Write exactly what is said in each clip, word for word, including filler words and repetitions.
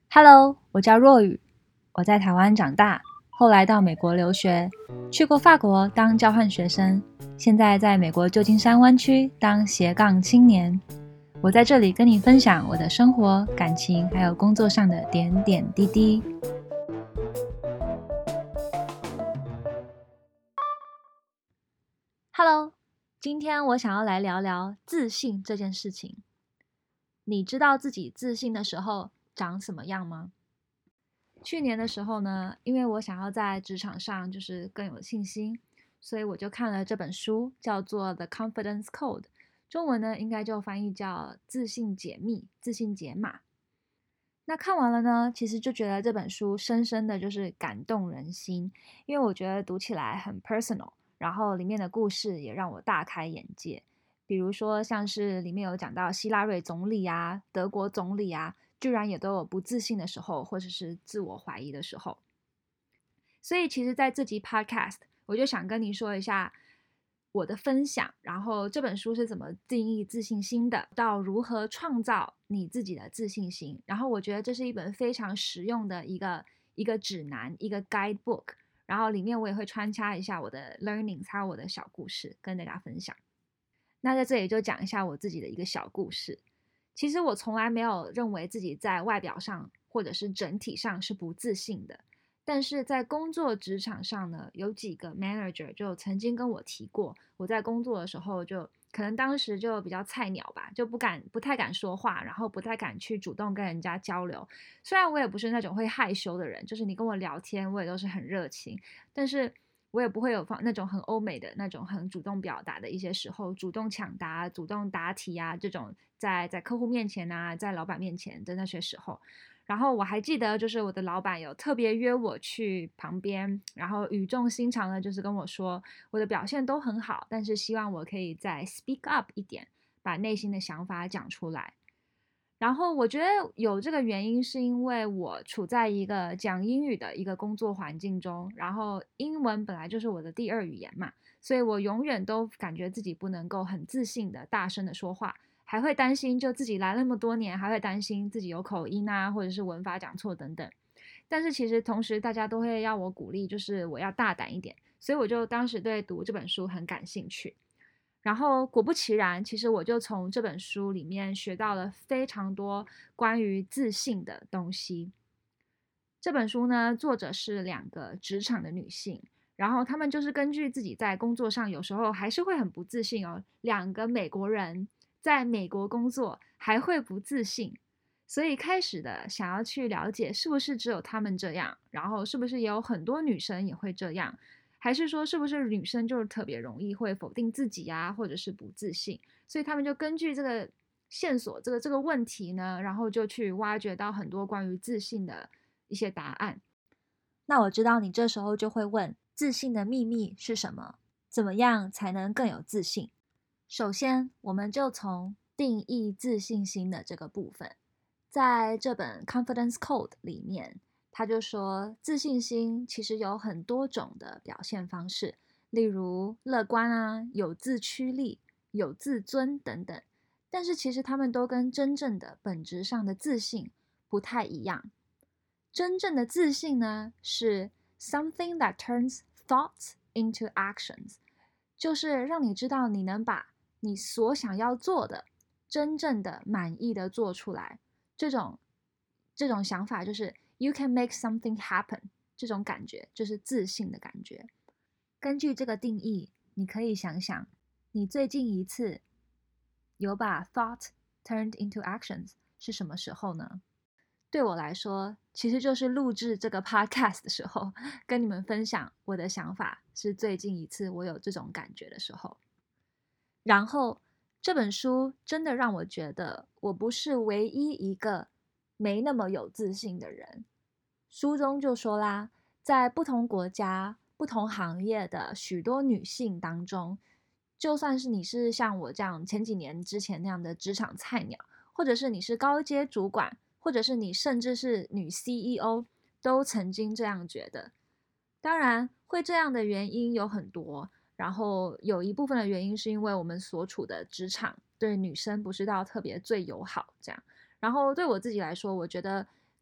Hello，我叫若雨，我在台湾长大，后来到美国留学，去过法国当交换学生，现在在美国旧金山湾区当斜杠青年。我在这里跟你分享我的生活、感情，还有工作上的点点滴滴。Hello，今天我想要来聊聊自信这件事情。你知道自己自信的时候长什么样吗？去年的时候呢，因为我想要在职场上就是更有信心，所以我就看了这本书，叫做《The Confidence Code》，中文呢应该就翻译叫《自信解密》、自信解码。那看完了呢，其实就觉得这本书深深的就是感动人心，因为我觉得读起来很 personal，然后里面的故事也让我大开眼界。比如说像是里面有讲到希拉瑞总理啊、德国总理啊，居然也都有不自信的时候，或者是自我怀疑的时候。所以其实在这集 podcast 我就想跟你说一下我的分享，然后这本书是怎么定义自信心的，到如何创造你自己的自信心。然后我觉得这是一本非常实用的一个一个指南，一个 guidebook。然后里面我也会穿插一下我的 learnings 还有我的小故事跟大家分享。那在这里就讲一下我自己的一个小故事。其实我从来没有认为自己在外表上或者是整体上是不自信的，但是在工作职场上呢，有几个 manager 就曾经跟我提过，我在工作的时候就可能当时就比较菜鸟吧，就不敢不太敢说话，然后不太敢去主动跟人家交流。虽然我也不是那种会害羞的人，就是你跟我聊天我也都是很热情，但是我也不会有放那种很欧美的那种很主动表达的一些时候，主动抢答、主动答题啊，这种在在客户面前啊，在老板面前的那些时候。然后我还记得，就是我的老板有特别约我去旁边，然后语重心长的，就是跟我说，我的表现都很好，但是希望我可以再 speak up 一点，把内心的想法讲出来。然后我觉得有这个原因，是因为我处在一个讲英语的一个工作环境中，然后英文本来就是我的第二语言嘛，所以我永远都感觉自己不能够很自信的大声的说话，还会担心就自己来那么多年，还会担心自己有口音啊，或者是文法讲错等等。但是其实同时大家都会要我鼓励，就是我要大胆一点，所以我就当时对读这本书很感兴趣。然后果不其然，其实我就从这本书里面学到了非常多关于自信的东西。这本书呢，作者是两个职场的女性，然后她们就是根据自己在工作上有时候还是会很不自信哦，两个美国人在美国工作还会不自信，所以开始的想要去了解是不是只有她们这样，然后是不是也有很多女生也会这样，还是说是不是女生就是特别容易会否定自己啊，或者是不自信，所以他们就根据这个线索，这个这个问题呢，然后就去挖掘到很多关于自信的一些答案。那我知道你这时候就会问，自信的秘密是什么？怎么样才能更有自信？首先，我们就从定义自信心的这个部分，在这本 Confidence Code 里面，他就说自信心其实有很多种的表现方式，例如乐观啊、有自驱力、有自尊等等。但是其实他们都跟真正的本质上的自信不太一样。真正的自信呢，是 something that turns thoughts into actions， 就是让你知道你能把你所想要做的真正的满意的做出来。这种这种想法就是 you can make something happen， 这种感觉就是自信的感觉。根据这个定义，你可以想想，你最近一次有把 thought turned into actions 是什么时候呢？对我来说，其实就是录制这个 podcast 的时候，跟你们分享我的想法，是最近一次我有这种感觉的时候。然后这本书真的让我觉得，我不是唯一一个没那么有自信的人。书中就说啦，在不同国家、不同行业的许多女性当中，就算是你是像我这样前几年之前那样的职场菜鸟，或者是你是高阶主管，或者是你甚至是女 C E O，都曾经这样觉得。当然，会这样的原因有很多，然后有一部分的原因是因为我们所处的职场对女生不是到特别最友好这样。然后对我自己来说，我觉得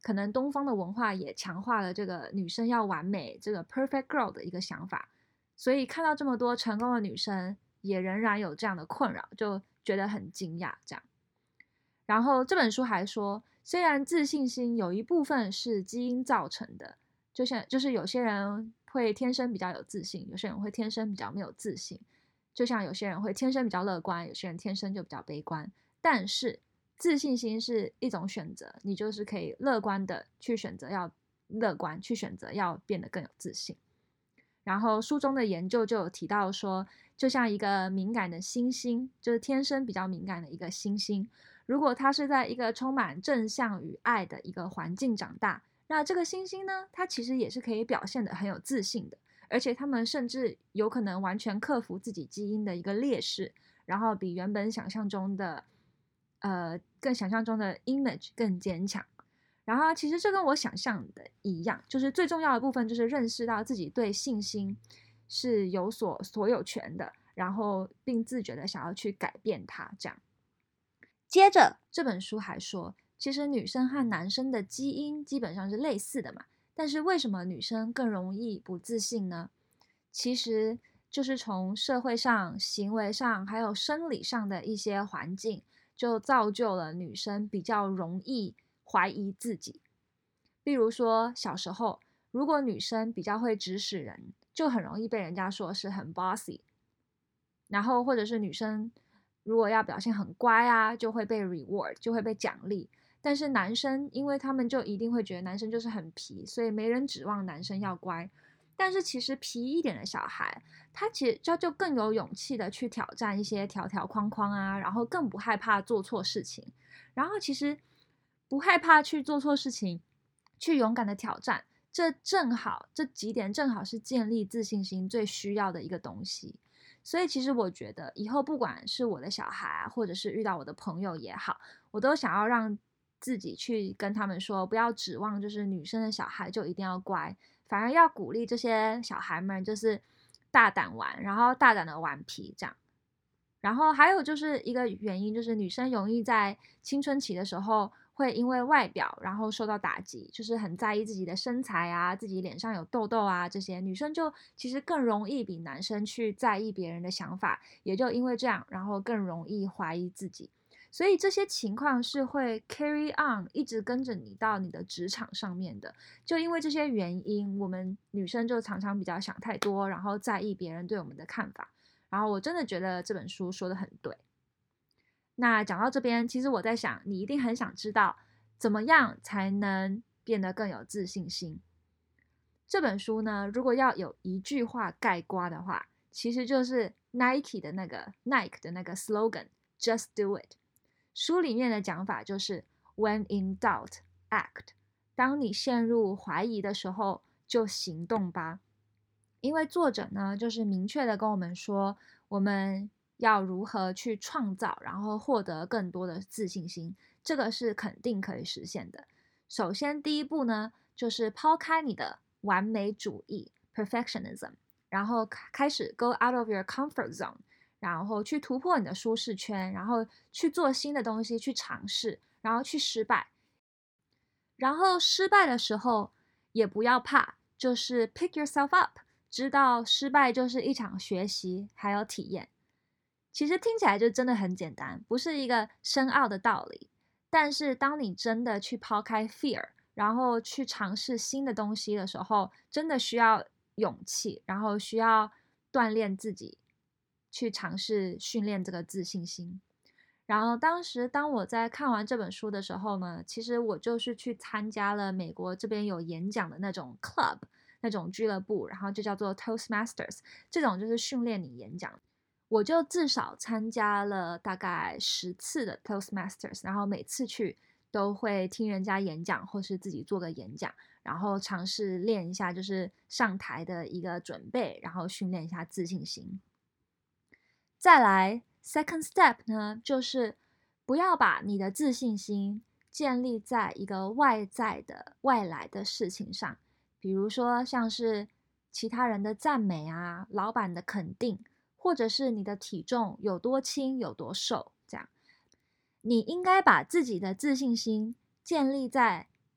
可能东方的文化也强化了这个女生要完美，这个 perfect girl 的一个想法，所以看到这么多成功的女生也仍然有这样的困扰，就觉得很惊讶这样。然后这本书还说，虽然自信心有一部分是基因造成的，就像就是有些人会天生比较有自信，有些人会天生比较没有自信，就像有些人会天生比较乐观，有些人天生就比较悲观，但是自信心是一种选择，你就是可以乐观的去选择要乐观，去选择要变得更有自信。然后书中的研究就有提到说，就像一个敏感的猩猩，就是天生比较敏感的一个猩猩，如果它是在一个充满正向与爱的一个环境长大，那这个猩猩呢，它其实也是可以表现得很有自信的，而且它们甚至有可能完全克服自己基因的一个劣势，然后比原本想象中的呃更想象中的 image 更坚强。然后其实这跟我想象的一样，就是最重要的部分就是认识到自己对信心是有所所有权的，然后并自觉的想要去改变它这样。接着这本书还说，其实女生和男生的基因基本上是类似的嘛，但是为什么女生更容易不自信呢？其实就是从社会上、行为上还有生理上的一些环境，就造就了女生比较容易怀疑自己。例如说小时候，如果女生比较会指使人，就很容易被人家说是很 bossy， 然后或者是女生如果要表现很乖啊，就会被 reward， 就会被奖励。但是男生因为他们就一定会觉得男生就是很皮，所以没人指望男生要乖。但是其实皮一点的小孩，他其实他就更有勇气的去挑战一些条条框框啊，然后更不害怕做错事情。然后其实不害怕去做错事情，去勇敢的挑战，这正好这几点正好是建立自信心最需要的一个东西。所以其实我觉得以后不管是我的小孩啊，或者是遇到我的朋友也好，我都想要让自己去跟他们说，不要指望就是女生的小孩就一定要乖，反而要鼓励这些小孩们就是大胆玩，然后大胆的顽皮这样。然后还有就是一个原因，就是女生容易在青春期的时候会因为外表然后受到打击，就是很在意自己的身材啊，自己脸上有痘痘啊，这些女生就其实更容易比男生去在意别人的想法，也就因为这样，然后更容易怀疑自己。所以这些情况是会 carry on， 一直跟着你到你的职场上面的。就因为这些原因，我们女生就常常比较想太多，然后在意别人对我们的看法。然后我真的觉得这本书说的很对。那讲到这边，其实我在想，你一定很想知道怎么样才能变得更有自信心。这本书呢，如果要有一句话概括的话，其实就是 Nike 的那个 Nike 的那个 slogan Just Do It。书里面的讲法就是 When in doubt, act。当你陷入怀疑的时候，就行动吧。因为作者呢，就是明确的跟我们说，我们要如何去创造，然后获得更多的自信心，这个是肯定可以实现的。首先，第一步呢，就是抛开你的完美主义 perfectionism， 然后开始 go out of your comfort zone， 然后去突破你的舒适圈，然后去做新的东西，去尝试，然后去失败。然后失败的时候也不要怕，就是 pick yourself up，知道失败就是一场学习，还有体验。其实听起来就真的很简单，不是一个深奥的道理。但是当你真的去抛开 fear， 然后去尝试新的东西的时候，真的需要勇气，然后需要锻炼自己，去尝试训练这个自信心。然后当时当我在看完这本书的时候呢，其实我就是去参加了美国这边有演讲的那种 club，那种俱乐部，然后就叫做 Toastmasters， 这种就是训练你演讲。我就至少参加了大概十次的 Toastmasters， 然后每次去都会听人家演讲，或是自己做个演讲，然后尝试练一下就是上台的一个准备，然后训练一下自信心。再来 second step 呢，就是不要把你的自信心建立在一个外在的外来的事情上，比如说像是其他人的赞美啊，老板的肯定，或者是你的体重有多轻有多瘦这样。你应该把自己的自信心建立在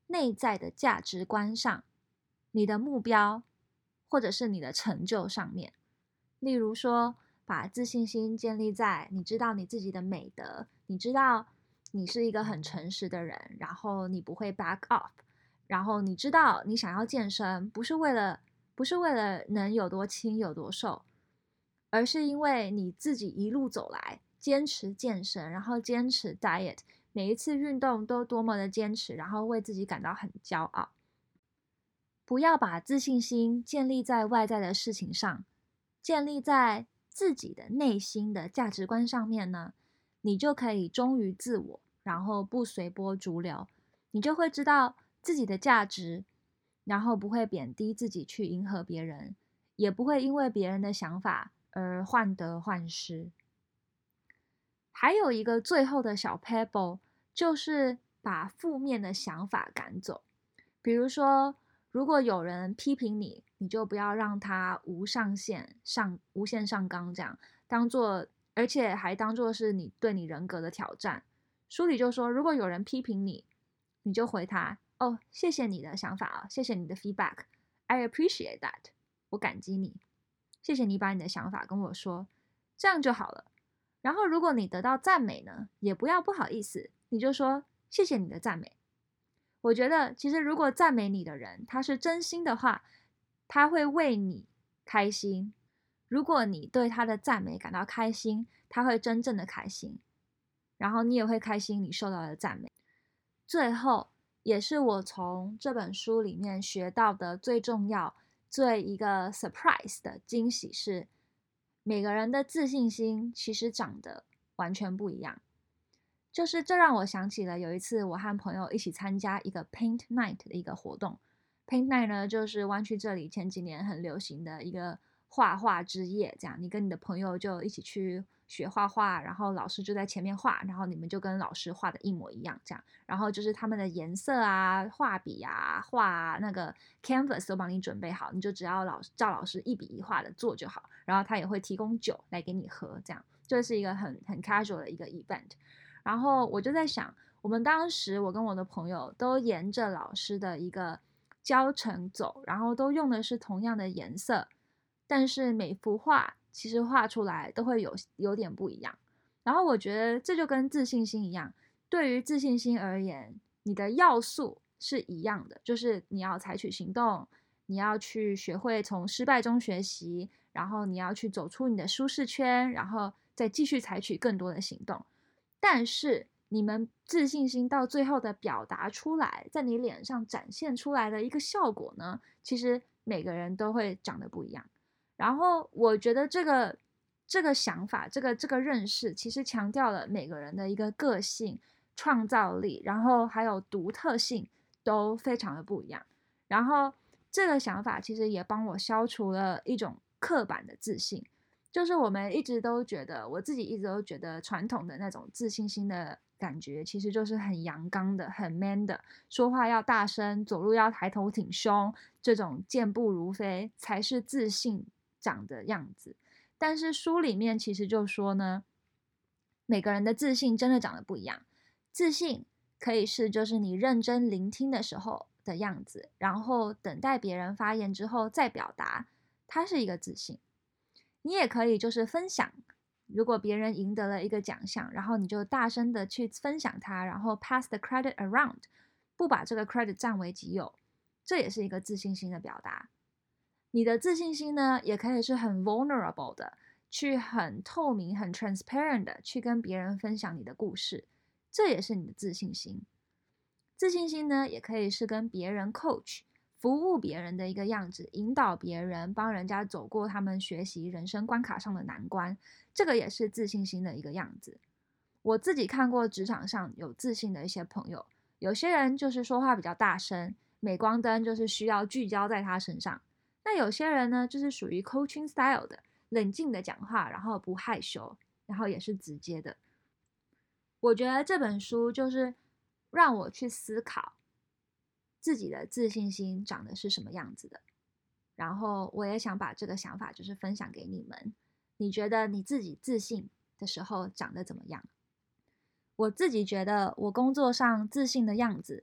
内在的价值观上，你的目标或者是你的成就上面。例如说，把自信心建立在你知道你自己的美德，你知道你是一个很诚实的人，然后你不会 back off， 然后你知道你想要健身不是为了不是为了能有多轻有多瘦，而是因为你自己一路走来坚持健身，然后坚持 diet， 每一次运动都多么的坚持，然后为自己感到很骄傲。不要把自信心建立在外在的事情上，建立在自己的内心的价值观上面呢，你就可以忠于自我，然后不随波逐流，你就会知道自己的价值，然后不会贬低自己去迎合别人，也不会因为别人的想法而患得患失。还有一个最后的小 pebble， 就是把负面的想法赶走。比如说，如果有人批评你，你就不要让他无上限上无限上纲，这样当做，而且还当做是你对你人格的挑战。书里就说，如果有人批评你，你就回他，哦，谢谢你的想法啊，谢谢你的 feedback，I appreciate that， 我感激你，谢谢你把你的想法跟我说，这样就好了。然后如果你得到赞美呢，也不要不好意思，你就说谢谢你的赞美。我觉得其实如果赞美你的人他是真心的话，他会为你开心。如果你对他的赞美感到开心，他会真正的开心，然后你也会开心你受到的赞美。最后也是我从这本书里面学到的最重要最一个 surprise 的惊喜是，每个人的自信心其实长得完全不一样。就是这让我想起了有一次我和朋友一起参加一个 Paint Night 的一个活动。Paint Night 呢，就是湾区这里前几年很流行的一个画画之夜，这样你跟你的朋友就一起去学画画，然后老师就在前面画，然后你们就跟老师画的一模一样，这样，然后就是他们的颜色啊、画笔啊、画啊那个 canvas 都帮你准备好，你就只要老照老师一笔一画的做就好，然后他也会提供酒来给你喝，这样就是一个很很 casual 的一个 event。然后我就在想，我们当时我跟我的朋友都沿着老师的一个教程走，然后都用的是同样的颜色，但是每幅画其实画出来都会有有点不一样。然后我觉得这就跟自信心一样，对于自信心而言，你的要素是一样的，就是你要采取行动，你要去学会从失败中学习，然后你要去走出你的舒适圈，然后再继续采取更多的行动。但是你们自信心到最后的表达出来，在你脸上展现出来的一个效果呢，其实每个人都会长得不一样。然后我觉得这个这个想法，这个这个认识，其实强调了每个人的一个个性、创造力，然后还有独特性都非常的不一样。然后这个想法其实也帮我消除了一种刻板的自信。就是我们一直都觉得，我自己一直都觉得传统的那种自信心的感觉，其实就是很阳刚的、很 man 的，说话要大声，走路要抬头挺胸，这种健步如飞才是自信长的样子。但是书里面其实就说呢，每个人的自信真的长得不一样。自信可以是就是你认真聆听的时候的样子，然后等待别人发言之后再表达，它是一个自信。你也可以就是分享，如果别人赢得了一个奖项，然后你就大声的去分享它，然后 pass the credit around， 不把这个 credit 占为己有，这也是一个自信心的表达。你的自信心呢，也可以是很 vulnerable 的，去很透明、很 transparent 的去跟别人分享你的故事，这也是你的自信心。自信心呢，也可以是跟别人 coach，服务别人的一个样子，引导别人，帮人家走过他们学习人生关卡上的难关，这个也是自信心的一个样子。我自己看过职场上有自信的一些朋友，有些人就是说话比较大声，镁光灯就是需要聚焦在他身上。那有些人呢，就是属于 coaching style 的，冷静的讲话，然后不害羞，然后也是直接的。我觉得这本书就是让我去思考自己的自信心长得是什么样子的，然后我也想把这个想法就是分享给你们。你觉得你自己自信的时候长得怎么样？我自己觉得我工作上自信的样子，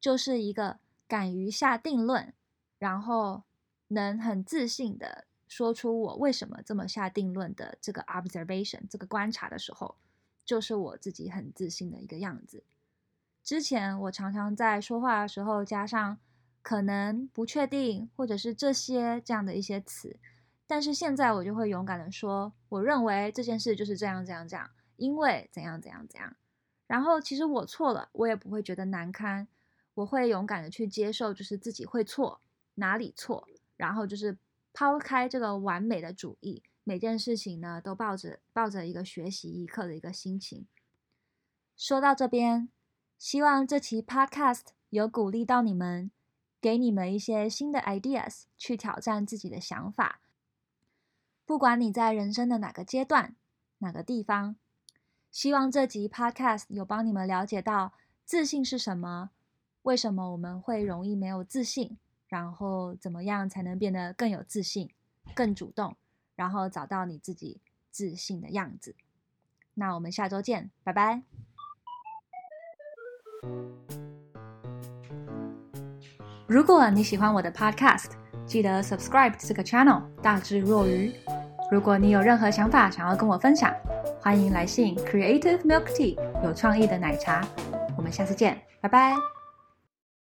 就是一个敢于下定论，然后能很自信的说出我为什么这么下定论的这个 observation 这个观察的时候，就是我自己很自信的一个样子。之前我常常在说话的时候加上可能、不确定或者是这些这样的一些词，但是现在我就会勇敢的说，我认为这件事就是这样这样这样，因为怎样怎样怎样。然后其实我错了，我也不会觉得难堪，我会勇敢的去接受，就是自己会错，哪里错，然后就是抛开这个完美的主义，每件事情呢都抱着抱着一个学习一课的一个心情。说到这边，希望这期 podcast 有鼓励到你们，给你们一些新的 ideas 去挑战自己的想法。不管你在人生的哪个阶段、哪个地方，希望这集 podcast 有帮你们了解到自信是什么，为什么我们会容易没有自信，然后怎么样才能变得更有自信、更主动，然后找到你自己自信的样子。那我们下周见，拜拜。如果你喜欢我的 podcast， 记得 subscribe 这个 channel 大智若愚。如果你有任何想法想要跟我分享，欢迎来信 Creative Milk Tea 有创意的奶茶。我们下次见，拜拜。